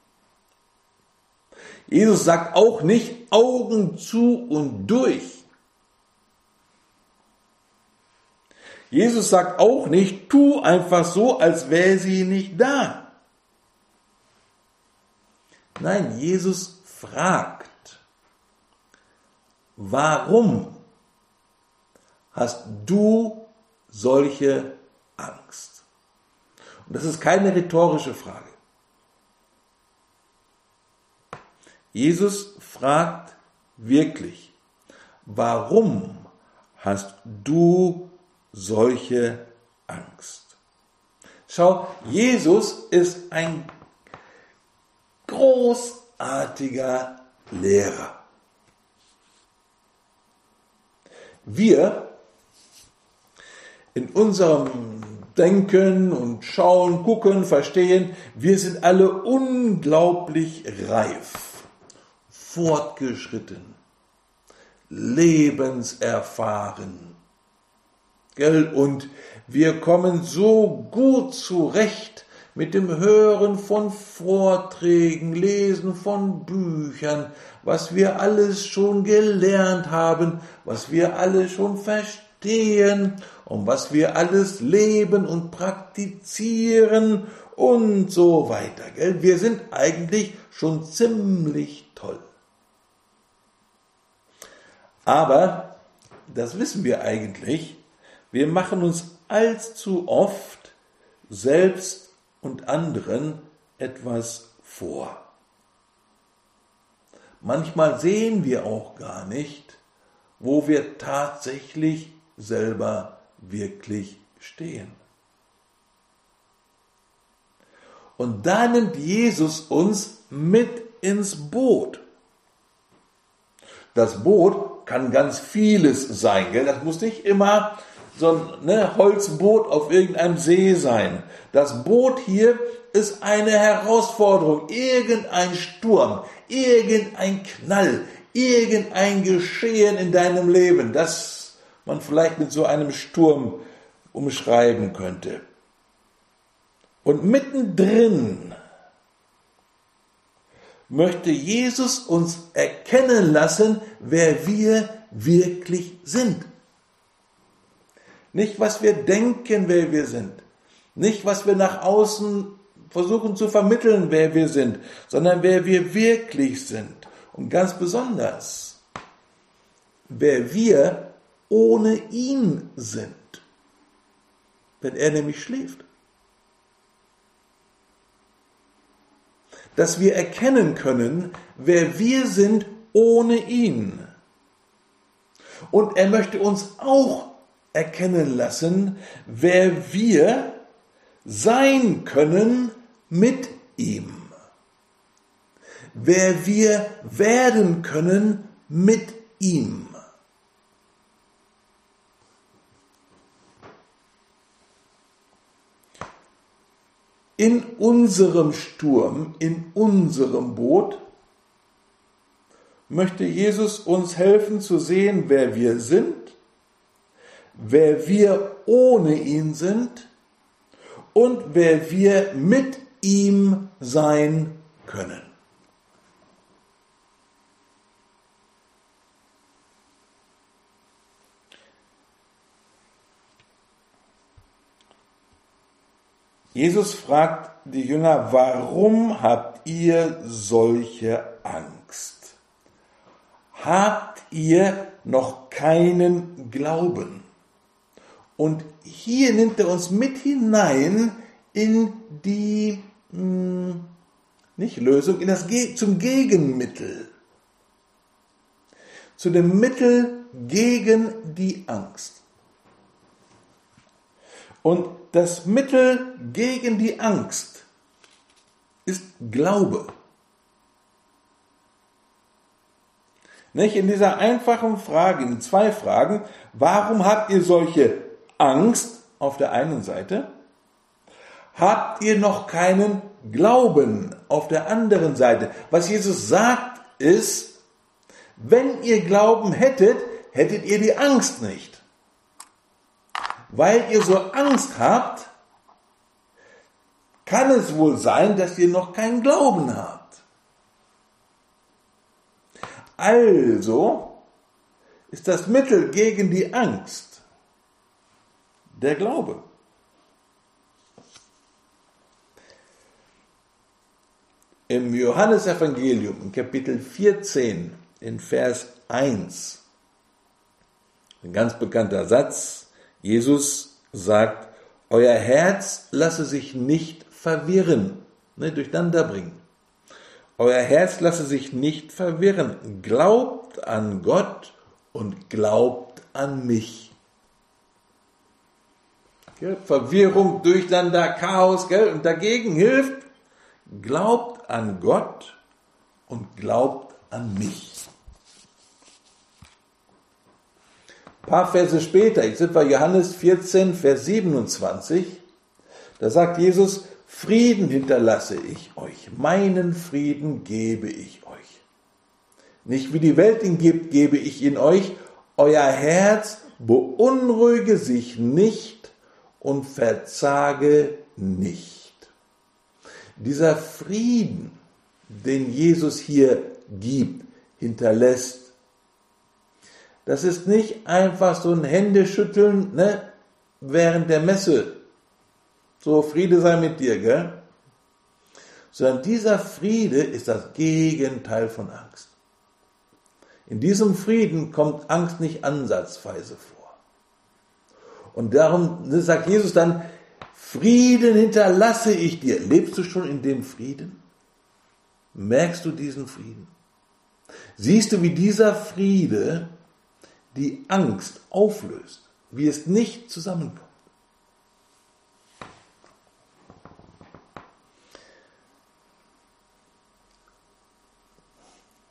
Jesus sagt auch nicht, Augen zu und durch. Jesus sagt auch nicht, tu einfach so, als wäre sie nicht da. Nein, Jesus fragt, warum hast du solche Angst? Und das ist keine rhetorische Frage. Jesus fragt wirklich, warum hast du solche Angst? Schau, Jesus ist ein großartiger Lehrer. Wir in unserem Denken und Schauen, Gucken, Verstehen, wir sind alle unglaublich reif, fortgeschritten, lebenserfahren. Und wir kommen so gut zurecht mit dem Hören von Vorträgen, Lesen von Büchern, was wir alles schon gelernt haben, was wir alles schon verstehen und was wir alles leben und praktizieren und so weiter. Wir sind eigentlich schon ziemlich toll. Aber, das wissen wir eigentlich, wir machen uns allzu oft selbst und anderen etwas vor. Manchmal sehen wir auch gar nicht, wo wir tatsächlich selber wirklich stehen. Und da nimmt Jesus uns mit ins Boot. Das Boot kann ganz vieles sein, gell? Das muss nicht immer ein Holzboot auf irgendeinem See sein. Das Boot hier ist eine Herausforderung, irgendein Sturm, irgendein Knall, irgendein Geschehen in deinem Leben, das man vielleicht mit so einem Sturm umschreiben könnte. Und mittendrin möchte Jesus uns erkennen lassen, wer wir wirklich sind. Nicht, was wir denken, wer wir sind. Nicht, was wir nach außen versuchen zu vermitteln, wer wir sind, sondern wer wir wirklich sind. Und ganz besonders, wer wir ohne ihn sind, wenn er nämlich schläft. Dass wir erkennen können, wer wir sind ohne ihn. Und er möchte uns auch erkennen lassen, wer wir sein können mit ihm. Wer wir werden können mit ihm. In unserem Sturm, in unserem Boot, möchte Jesus uns helfen zu sehen, wer wir sind, wer wir ohne ihn sind und wer wir mit ihm sein können. Jesus fragt die Jünger, warum habt ihr solche Angst? Habt ihr noch keinen Glauben? Und hier nimmt er uns mit hinein in die, nicht Lösung, zum Gegenmittel. Zu dem Mittel gegen die Angst. Und das Mittel gegen die Angst ist Glaube. Nicht? In dieser einfachen Frage, in 2 Fragen, warum habt ihr solche Angst auf der einen Seite? Habt ihr noch keinen Glauben auf der anderen Seite? Was Jesus sagt ist, wenn ihr Glauben hättet, hättet ihr die Angst nicht. Weil ihr so Angst habt, kann es wohl sein, dass ihr noch keinen Glauben habt. Also ist das Mittel gegen die Angst der Glaube. Im Johannesevangelium, in Kapitel 14, in Vers 1, ein ganz bekannter Satz, Jesus sagt, euer Herz lasse sich nicht verwirren, durcheinander bringen. Euer Herz lasse sich nicht verwirren. Glaubt an Gott und glaubt an mich. Verwirrung, Durcheinander, Chaos, und dagegen hilft, glaubt an Gott und glaubt an mich. Ein paar Verse später, jetzt sind wir Johannes 14, Vers 27, da sagt Jesus, Frieden hinterlasse ich euch, meinen Frieden gebe ich euch. Nicht wie die Welt ihn gibt, gebe ich ihn euch. Euer Herz beunruhige sich nicht und verzage nicht. Dieser Frieden, den Jesus hier gibt, hinterlässt, das ist nicht einfach so ein Händeschütteln, während der Messe. So, Friede sei mit dir, gell? Sondern dieser Friede ist das Gegenteil von Angst. In diesem Frieden kommt Angst nicht ansatzweise vor. Und darum sagt Jesus dann, Frieden hinterlasse ich dir. Lebst du schon in dem Frieden? Merkst du diesen Frieden? Siehst du, wie dieser Friede die Angst auflöst, wie es nicht zusammenkommt?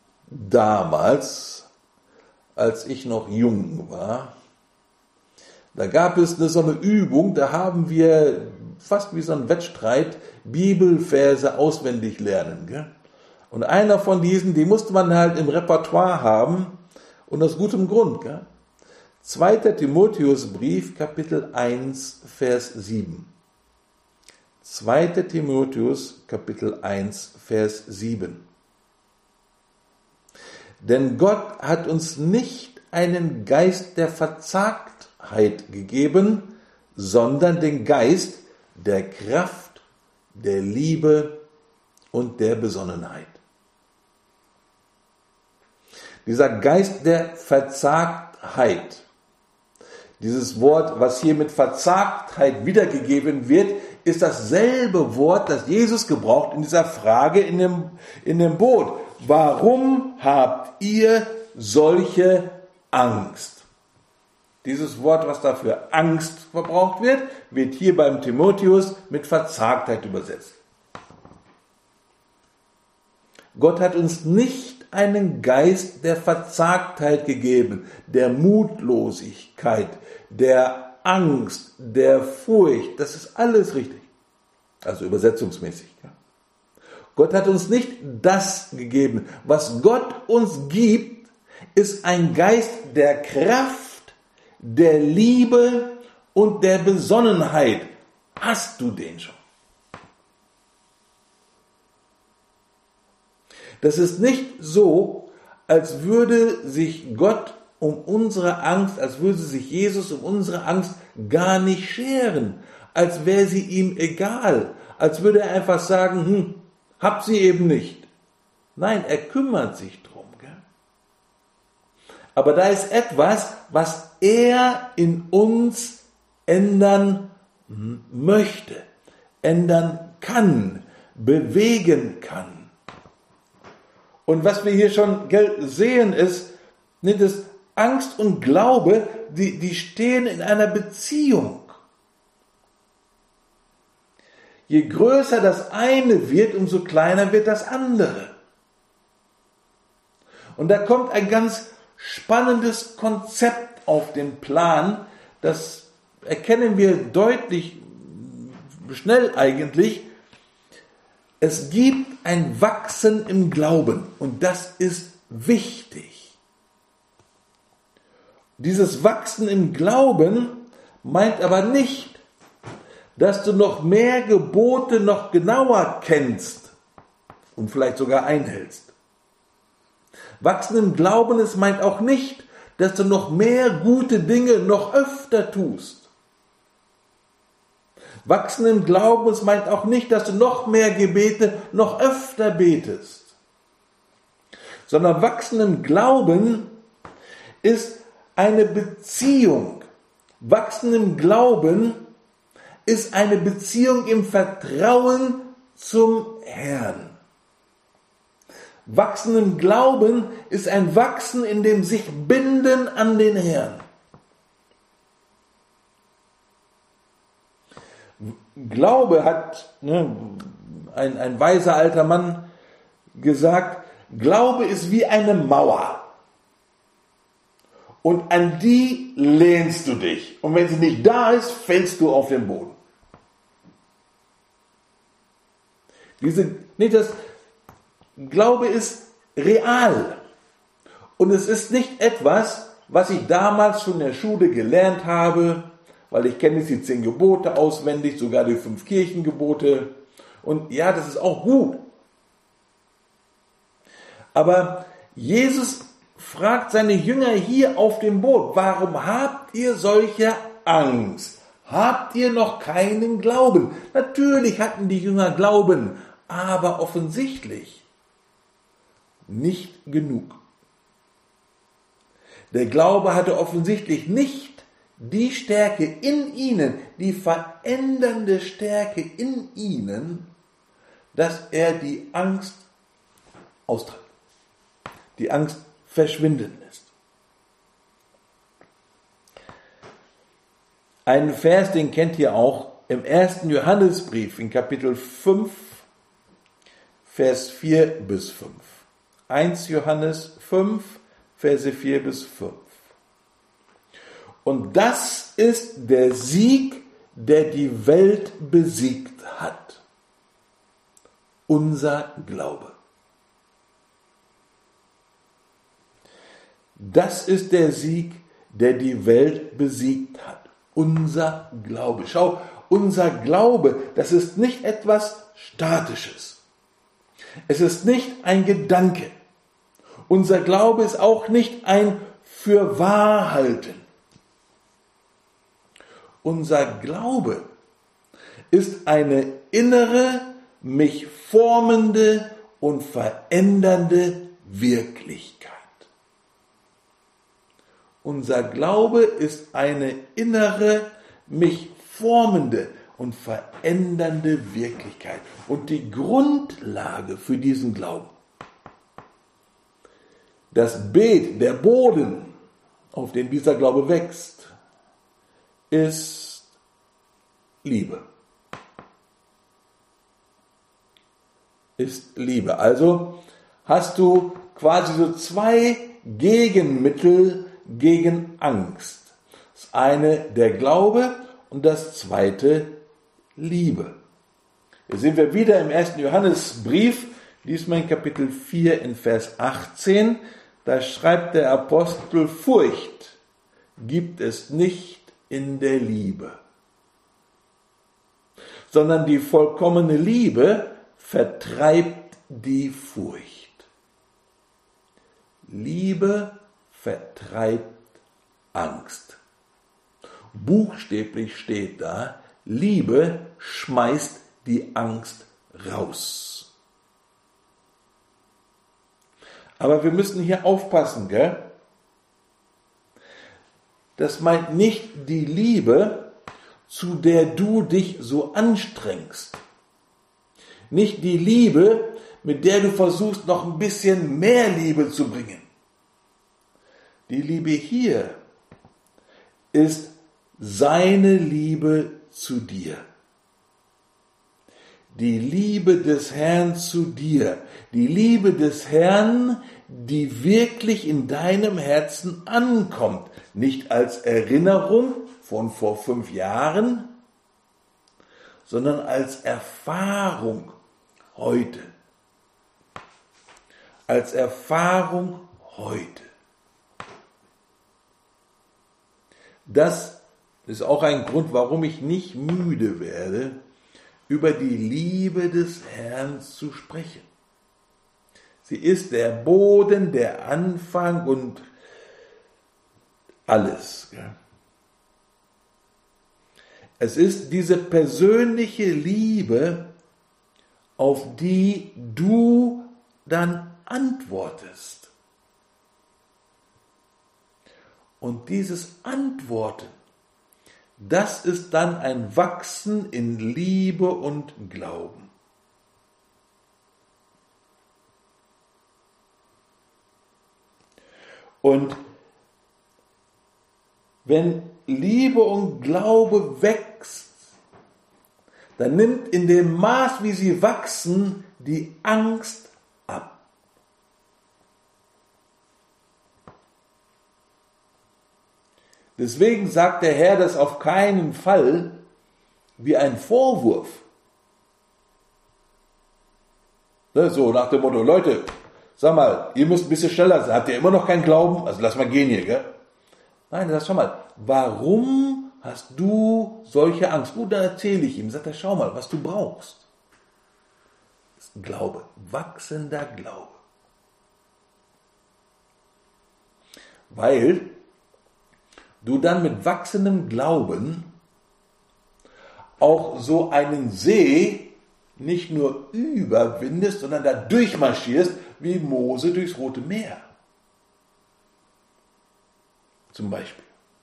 Damals, als ich noch jung war, Da gab es so eine Übung, da haben wir fast wie so ein Wettstreit Bibelverse auswendig lernen. Gell? Und einer von diesen, die musste man halt im Repertoire haben und aus gutem Grund. Gell? 2. Timotheusbrief, Kapitel 1, Vers 7. 2. Timotheus, Kapitel 1, Vers 7. Denn Gott hat uns nicht einen Geist der Verzagtheit gegeben, sondern den Geist der Kraft, der Liebe und der Besonnenheit. Dieser Geist der Verzagtheit, dieses Wort, was hier mit Verzagtheit wiedergegeben wird, ist dasselbe Wort, das Jesus gebraucht in dieser Frage in dem Boot. Warum habt ihr solche Angst? Dieses Wort, was dafür Angst verbraucht wird, wird hier beim Timotheus mit Verzagtheit übersetzt. Gott hat uns nicht einen Geist der Verzagtheit gegeben, der Mutlosigkeit, der Angst, der Furcht. Das ist alles richtig. Also übersetzungsmäßig. Ja. Gott hat uns nicht das gegeben. Was Gott uns gibt, ist ein Geist der Kraft, der Liebe und der Besonnenheit. Hast du den schon? Das ist nicht so, als würde sich Gott um unsere Angst, als würde sich Jesus um unsere Angst gar nicht scheren, als wäre sie ihm egal, als würde er einfach sagen, hab sie eben nicht. Nein, er kümmert sich drum. Gell? Aber da ist etwas, was er in uns ändern möchte, ändern kann, bewegen kann. Und was wir hier schon sehen ist, dass Angst und Glaube, die stehen in einer Beziehung. Je größer das eine wird, umso kleiner wird das andere. Und da kommt ein ganz spannendes Konzept auf den Plan, das erkennen wir deutlich, schnell eigentlich. Es gibt ein Wachsen im Glauben und das ist wichtig. Dieses Wachsen im Glauben meint aber nicht, dass du noch mehr Gebote noch genauer kennst und vielleicht sogar einhältst. Wachsen im Glauben, es meint auch nicht, dass du noch mehr gute Dinge noch öfter tust. Wachsen im Glauben, es meint auch nicht, dass du noch mehr Gebete noch öfter betest. Sondern Wachsen im Glauben ist eine Beziehung. Wachsen im Glauben ist eine Beziehung im Vertrauen zum Herrn. Wachsen im Glauben ist ein Wachsen in dem sich Binden an den Herrn. Glaube hat ein weiser alter Mann gesagt, Glaube ist wie eine Mauer. Und an die lehnst du dich. Und wenn sie nicht da ist, fällst du auf den Boden. Das Glaube ist real. Und es ist nicht etwas, was ich damals schon in der Schule gelernt habe, weil ich kenne jetzt die 10 Gebote auswendig, sogar die 5 Kirchengebote. Und ja, das ist auch gut. Aber Jesus fragt seine Jünger hier auf dem Boot, warum habt ihr solche Angst? Habt ihr noch keinen Glauben? Natürlich hatten die Jünger Glauben, aber offensichtlich nicht genug. Der Glaube hatte offensichtlich nicht die Stärke in ihnen, die verändernde Stärke in ihnen, dass er die Angst austreibt, die Angst verschwinden lässt. Einen Vers, den kennt ihr auch im 1. Johannesbrief in Kapitel 5, Vers 4 bis 5. 1 Johannes 5, Verse 4 bis 5. Und das ist der Sieg, der die Welt besiegt hat. Unser Glaube. Das ist der Sieg, der die Welt besiegt hat. Unser Glaube. Schau, unser Glaube, das ist nicht etwas Statisches. Es ist nicht ein Gedanke. Unser Glaube ist auch nicht ein Fürwahrhalten. Unser Glaube ist eine innere, mich formende und verändernde Wirklichkeit. Unser Glaube ist eine innere, mich formende und verändernde Wirklichkeit. Und die Grundlage für diesen Glauben, das Beet, der Boden, auf dem dieser Glaube wächst, ist Liebe. Ist Liebe. Also hast du quasi so zwei Gegenmittel gegen Angst. Das eine der Glaube und das zweite Liebe. Hier sind wir wieder im 1. Johannesbrief, diesmal in Kapitel 4 in Vers 18. Da schreibt der Apostel: Furcht gibt es nicht in der Liebe, sondern die vollkommene Liebe vertreibt die Furcht. Liebe vertreibt Angst. Buchstäblich steht da, Liebe schmeißt die Angst raus. Aber wir müssen hier aufpassen, gell? Das meint nicht die Liebe, zu der du dich so anstrengst. Nicht die Liebe, mit der du versuchst, noch ein bisschen mehr Liebe zu bringen. Die Liebe hier ist seine Liebe zu dir. Die Liebe des Herrn zu dir. Die Liebe des Herrn, die wirklich in deinem Herzen ankommt. Nicht als Erinnerung von vor 5 Jahren, sondern als Erfahrung heute. Als Erfahrung heute. Das ist auch ein Grund, warum ich nicht müde werde, über die Liebe des Herrn zu sprechen. Sie ist der Boden, der Anfang und alles. Es ist diese persönliche Liebe, auf die du dann antwortest. Und dieses Antworten, das ist dann ein Wachsen in Liebe und Glauben. Und wenn Liebe und Glaube wächst, dann nimmt in dem Maß, wie sie wachsen, die Angst ab. Deswegen sagt der Herr das auf keinen Fall wie ein Vorwurf. So nach dem Motto, Leute, sag mal, ihr müsst ein bisschen schneller sein. Habt ihr immer noch keinen Glauben? Also lass mal gehen hier, gell? Nein, sag schon mal, warum hast du solche Angst? Gut, dann erzähle ich ihm. Sagt er, schau mal, was du brauchst. Das ist ein Glaube, wachsender Glaube. Weil du dann mit wachsendem Glauben auch so einen See nicht nur überwindest, sondern da durchmarschierst, wie Mose durchs Rote Meer. Zum Beispiel.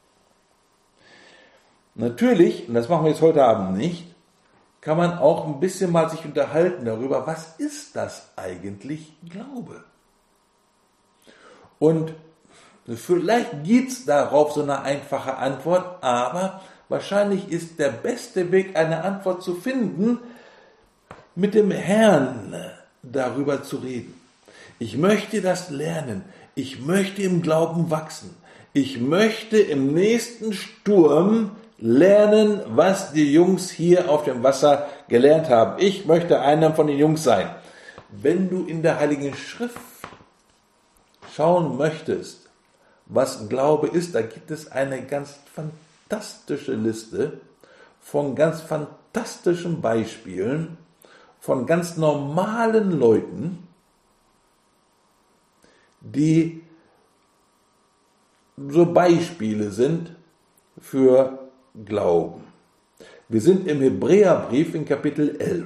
Natürlich, und das machen wir jetzt heute Abend nicht, kann man auch ein bisschen mal sich unterhalten darüber, was ist das eigentlich Glaube? Und vielleicht gibt es darauf so eine einfache Antwort, aber wahrscheinlich ist der beste Weg, eine Antwort zu finden, mit dem Herrn darüber zu reden. Ich möchte das lernen. Ich möchte im Glauben wachsen. ich möchte im nächsten Sturm lernen, was die Jungs hier auf dem Wasser gelernt haben. Ich möchte einer von den Jungs sein. Wenn du in der Heiligen Schrift schauen möchtest, was Glaube ist, da gibt es eine ganz fantastische Liste von ganz fantastischen Beispielen, von ganz normalen Leuten, die so Beispiele sind für Glauben. Wir sind im Hebräerbrief in Kapitel 11.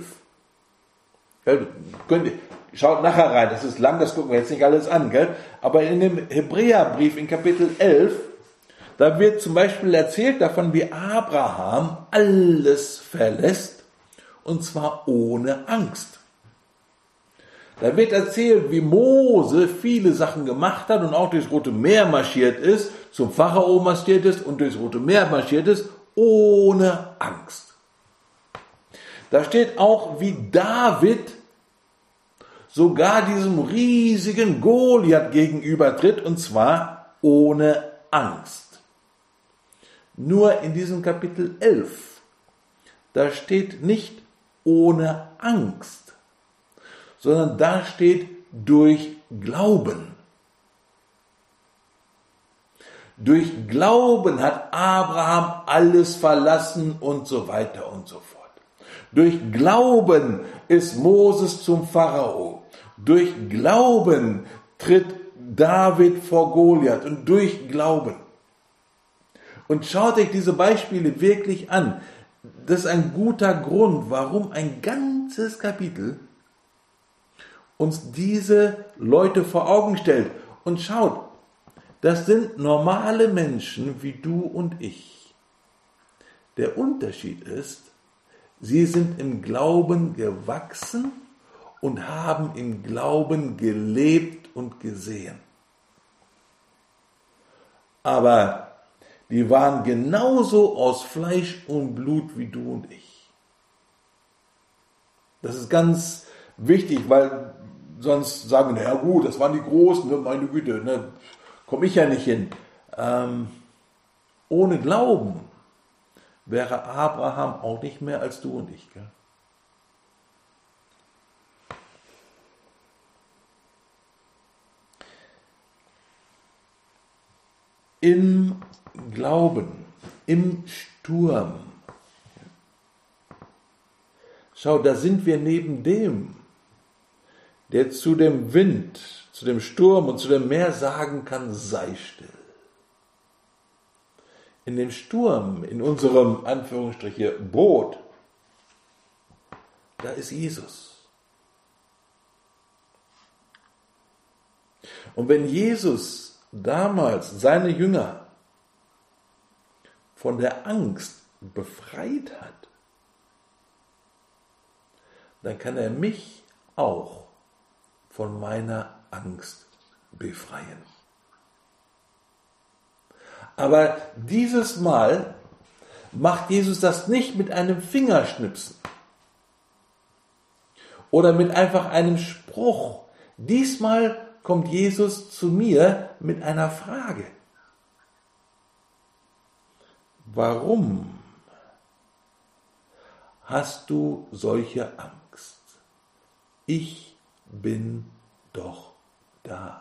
Schaut nachher rein, das ist lang, das gucken wir jetzt nicht alles an, gell? Aber in dem Hebräerbrief in Kapitel 11, da wird zum Beispiel erzählt davon, wie Abraham alles verlässt, und zwar ohne Angst. Da wird erzählt, wie Mose viele Sachen gemacht hat und auch durchs Rote Meer marschiert ist, zum Pharao marschiert ist und durchs Rote Meer marschiert ist, ohne Angst. Da steht auch, wie David sogar diesem riesigen Goliath gegenübertritt, und zwar ohne Angst. Nur in diesem Kapitel 11, da steht nicht ohne Angst, sondern da steht durch Glauben. Durch Glauben hat Abraham alles verlassen und so weiter und so fort. Durch Glauben ist Moses zum Pharao. Durch Glauben tritt David vor Goliath und durch Glauben. Und schaut euch diese Beispiele wirklich an. Das ist ein guter Grund, warum ein ganzes Kapitel uns diese Leute vor Augen stellt. Und schaut, das sind normale Menschen wie du und ich. Der Unterschied ist, sie sind im Glauben gewachsen und haben im Glauben gelebt und gesehen. Aber die waren genauso aus Fleisch und Blut wie du und ich. Das ist ganz wichtig, weil sonst sagen wir, na ja gut, das waren die Großen, ne, meine Güte, ne, komme ich ja nicht hin. Ohne Glauben wäre Abraham auch nicht mehr als du und ich. Gell? Im Glauben, im Sturm. Schau, da sind wir neben dem, der zu dem Wind, zu dem Sturm und zu dem Meer sagen kann, sei still. In dem Sturm, in unserem, Anführungsstriche, Boot, da ist Jesus. Und wenn Jesus damals seine Jünger von der Angst befreit hat, dann kann er mich auch von meiner Angst befreien. Aber dieses Mal macht Jesus das nicht mit einem Fingerschnipsen oder mit einfach einem Spruch. Diesmal kommt Jesus zu mir mit einer Frage. Warum hast du solche Angst? Ich bin doch da.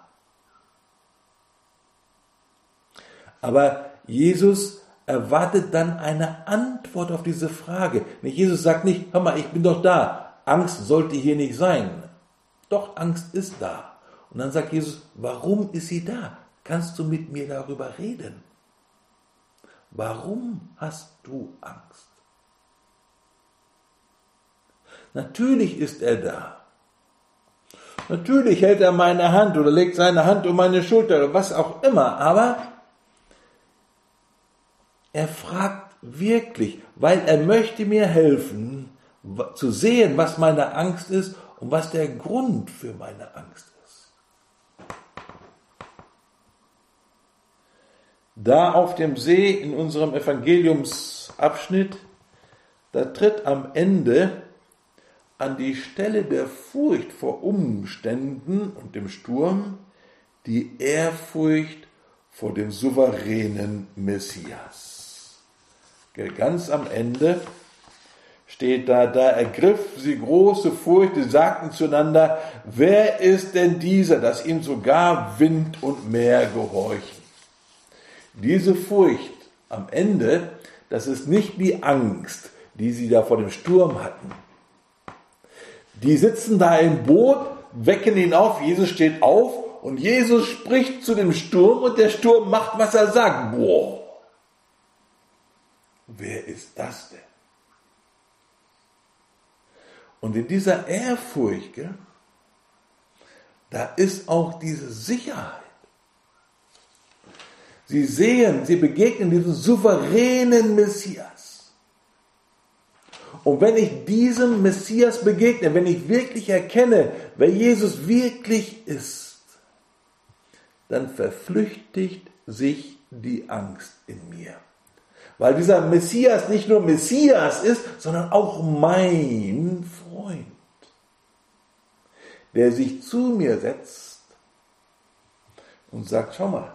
Aber Jesus erwartet dann eine Antwort auf diese Frage. Jesus sagt nicht, hör mal, ich bin doch da. Angst sollte hier nicht sein. Doch, Angst ist da. Und dann sagt Jesus, warum ist sie da? Kannst du mit mir darüber reden? Warum hast du Angst? Natürlich ist er da. Natürlich hält er meine Hand oder legt seine Hand um meine Schulter oder was auch immer, aber er fragt wirklich, weil er möchte mir helfen, zu sehen, was meine Angst ist und was der Grund für meine Angst ist. Da auf dem See in unserem Evangeliumsabschnitt, da tritt am Ende an die Stelle der Furcht vor Umständen und dem Sturm die Ehrfurcht vor dem souveränen Messias. Ganz am Ende steht da ergriff sie große Furcht, sie sagten zueinander, wer ist denn dieser, dass ihm sogar Wind und Meer gehorchen? Diese Furcht am Ende, das ist nicht die Angst, die sie da vor dem Sturm hatten. Die sitzen da im Boot, wecken ihn auf, Jesus steht auf und Jesus spricht zu dem Sturm und der Sturm macht, was er sagt. Boah, wer ist das denn? Und in dieser Ehrfurcht, da ist auch diese Sicherheit. Sie sehen, sie begegnen diesem souveränen Messias. Und wenn ich diesem Messias begegne, wenn ich wirklich erkenne, wer Jesus wirklich ist, dann verflüchtigt sich die Angst in mir. Weil dieser Messias nicht nur Messias ist, sondern auch mein Freund, der sich zu mir setzt und sagt, schau mal,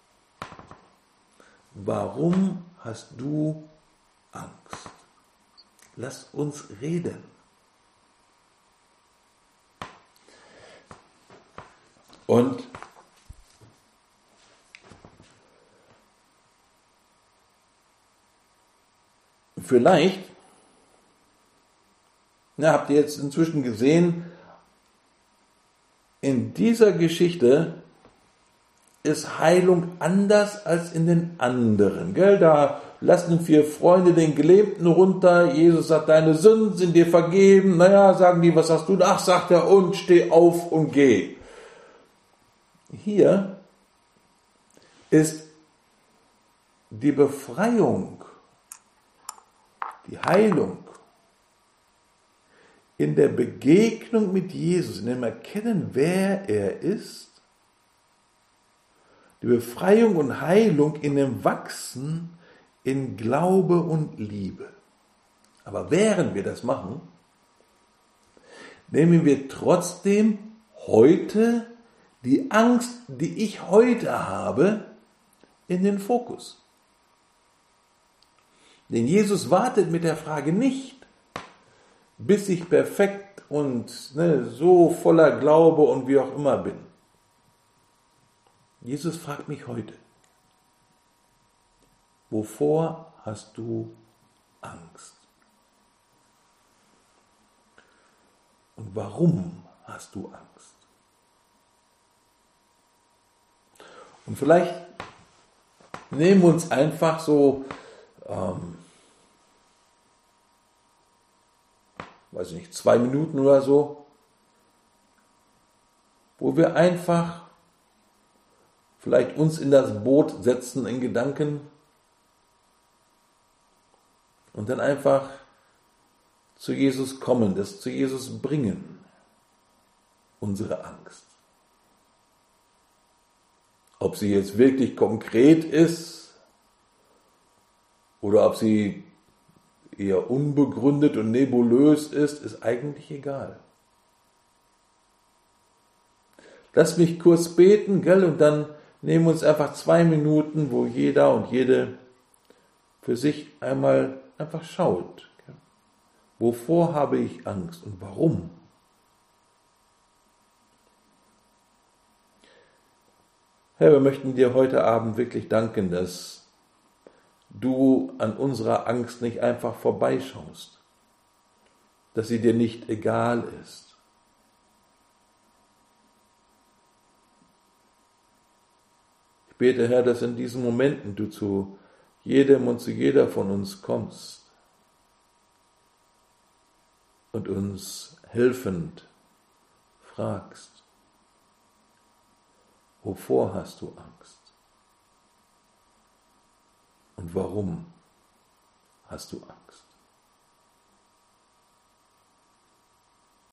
warum hast du Angst? Lass uns reden. Und vielleicht, habt ihr jetzt inzwischen gesehen, in dieser Geschichte ist Heilung anders als in den anderen. Gell? Da lassen 4 Freunde den Gelähmten runter. Jesus sagt, deine Sünden sind dir vergeben. Sagen die, was hast du? Ach, sagt er, und steh auf und geh. Hier ist die Befreiung, die Heilung in der Begegnung mit Jesus, in dem Erkennen, wer er ist, die Befreiung und Heilung in dem Wachsen in Glaube und Liebe. Aber während wir das machen, nehmen wir trotzdem heute die Angst, die ich heute habe, in den Fokus. Denn Jesus wartet mit der Frage nicht, bis ich perfekt und so voller Glaube und wie auch immer bin. Jesus fragt mich heute, wovor hast du Angst? Und warum hast du Angst? Und vielleicht nehmen wir uns einfach so, 2 Minuten oder so, wo wir einfach vielleicht uns in das Boot setzen in Gedanken und dann einfach zu Jesus kommen, das zu Jesus bringen, unsere Angst. Ob sie jetzt wirklich konkret ist oder ob sie eher unbegründet und nebulös ist eigentlich egal. Lass mich kurz beten, und dann nehmen wir uns einfach 2 Minuten, wo jeder und jede für sich einmal einfach schaut. Wovor habe ich Angst und warum? Herr, wir möchten dir heute Abend wirklich danken, dass du an unserer Angst nicht einfach vorbeischaust, dass sie dir nicht egal ist. Ich bete, Herr, dass in diesen Momenten du zu jedem und zu jeder von uns kommst und uns helfend fragst, wovor hast du Angst? Und warum hast du Angst?